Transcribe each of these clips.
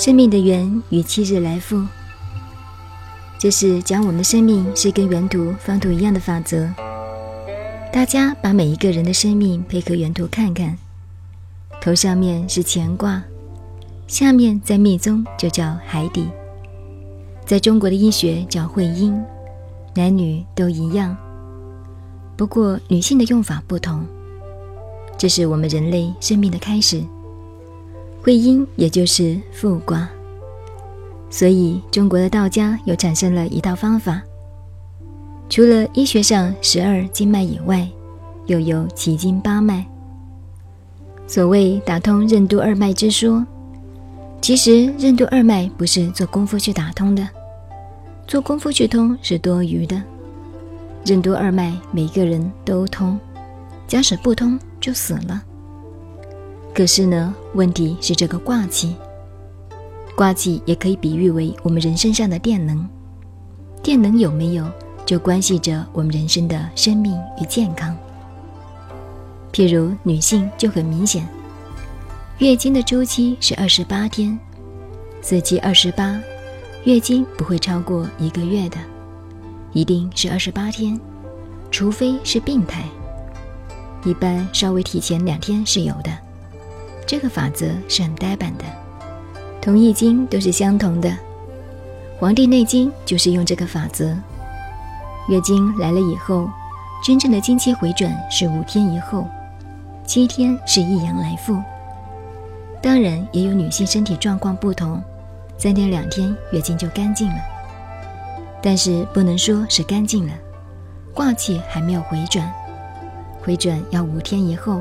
生命的圆与7日来复，这是讲我们的生命是跟原图方图一样的法则。大家把每一个人的生命配合原图看看，头上面是乾卦，下面在密宗就叫海底，在中国的医学叫会阴，男女都一样，不过女性的用法不同。这是我们人类生命的开始，会阴也就是复卦。所以中国的道家又产生了一套方法，除了医学上12经脉以外，又有7经8脉。所谓打通任督二脉之说，其实任督二脉不是做功夫去打通的，做功夫去通是多余的。任督二脉每个人都通，假使不通就死了。可是呢，问题是这个卦气，卦气也可以比喻为我们人身上的电能，电能有没有就关系着我们人生的生命与健康。譬如女性就很明显，月经的周期是28天，4期28，月经不会超过1个月的，一定是28天，除非是病态，一般稍微提前2天是有的。这个法则是很呆板的，同一经都是相同的，《黄帝内经》就是用这个法则。月经来了以后，真正的经期回转是5天以后，7天是一阳来复。当然也有女性身体状况不同，3天2天月经就干净了，但是不能说是干净了，卦气还没有回转，回转要5天以后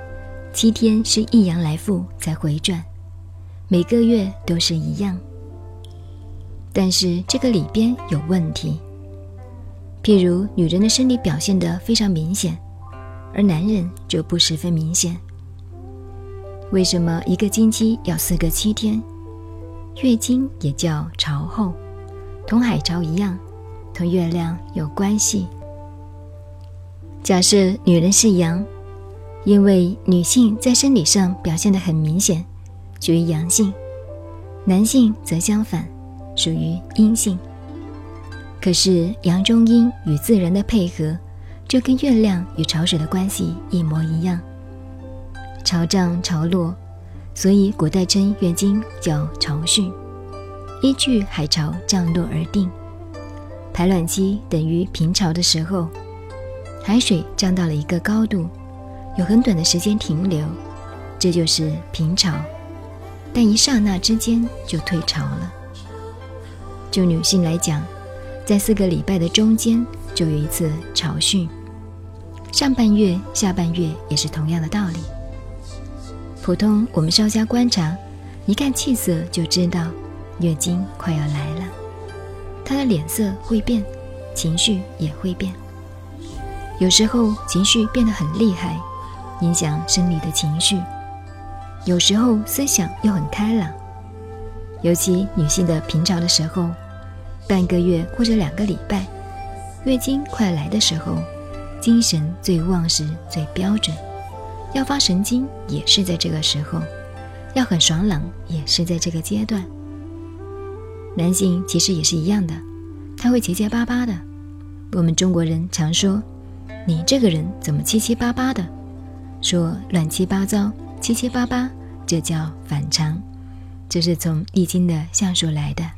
，7天是一阳来复才回转，每个月都是一样。但是这个里边有问题，譬如女人的生理表现得非常明显，而男人就不十分明显。为什么一个经期要4个7天？月经也叫潮候，同海潮一样，同月亮有关系。假设女人是阳，因为女性在生理上表现得很明显，属于阳性，男性则相反，属于阴性。可是阳中阴与自然的配合，就跟月亮与潮水的关系一模一样，潮涨潮落，所以古代称月经叫潮汛，依据海潮涨落而定。排卵期等于平潮的时候，海水涨到了一个高度，有很短的时间停留，这就是平潮，但一刹那之间就退潮了。就女性来讲，在4个礼拜的中间就有一次潮汛，上半月下半月也是同样的道理。普通我们稍加观察，一看气色就知道月经快要来了，她的脸色会变，情绪也会变，有时候情绪变得很厉害，影响生理的情绪，有时候思想又很开朗。尤其女性的平潮的时候，半个月或者2个礼拜，月经快来的时候，精神最旺时最标准，要发神经也是在这个时候，要很爽朗也是在这个阶段。男性其实也是一样的，他会结结巴巴的。我们中国人常说，你这个人怎么七七八八的，说乱七八糟七七八八，这叫反常，这是从易经的象数来的。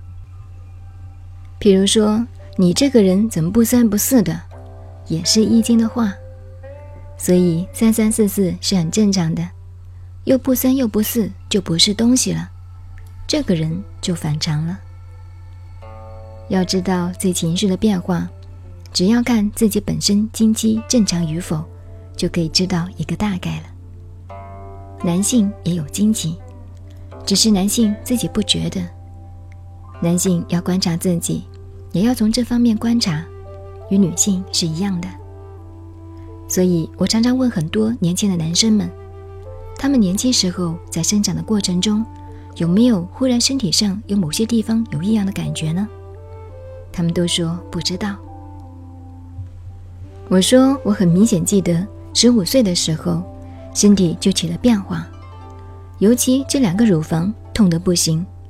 譬如说你这个人怎么不三不四的，也是易经的话，所以三三四四是很正常的，又不三又不四就不是东西了，这个人就反常了。要知道自己情绪的变化，只要看自己本身经期正常与否，就可以知道一个大概了。男性也有经期，只是男性自己不觉得。男性要观察自己，也要从这方面观察，与女性是一样的。所以我常常问很多年轻的男生们，他们年轻时候在生长的过程中，有没有忽然身体上有某些地方有异样的感觉呢？他们都说不知道。我说我很明显记得15岁的时候，身体就起了变化，尤其这2个乳房痛得不行，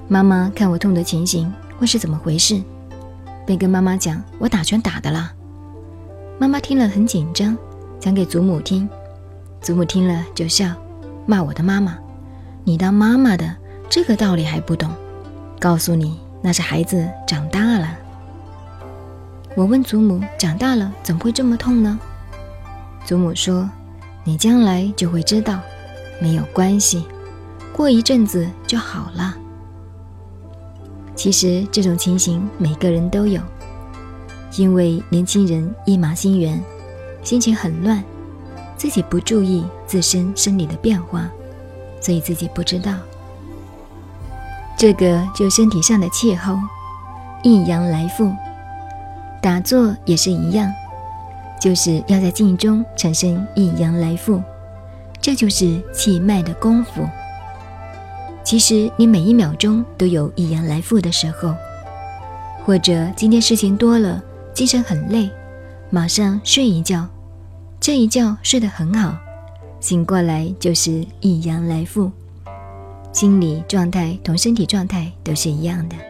妈妈看我痛的情形问是怎么回事，便跟妈妈讲我打拳打的啦。妈妈听了很紧张，讲给祖母听，祖母听了就笑，骂我的妈妈，你当妈妈的这个道理还不懂，告诉你那是孩子长大了。我问祖母，长大了怎么会这么痛呢？祖母说，你将来就会知道，没有关系，过一阵子就好了。其实这种情形每个人都有，因为年轻人一马心猿，心情很乱，自己不注意自身生理的变化，所以自己不知道。这个就身体上的气候，阴阳来复，打坐也是一样，就是要在静中产生阴阳来复，这就是气脉的功夫。其实你每一秒钟都有阴阳来复的时候，或者今天事情多了，精神很累，马上睡一觉，这一觉睡得很好，醒过来就是阴阳来复，心理状态同身体状态都是一样的。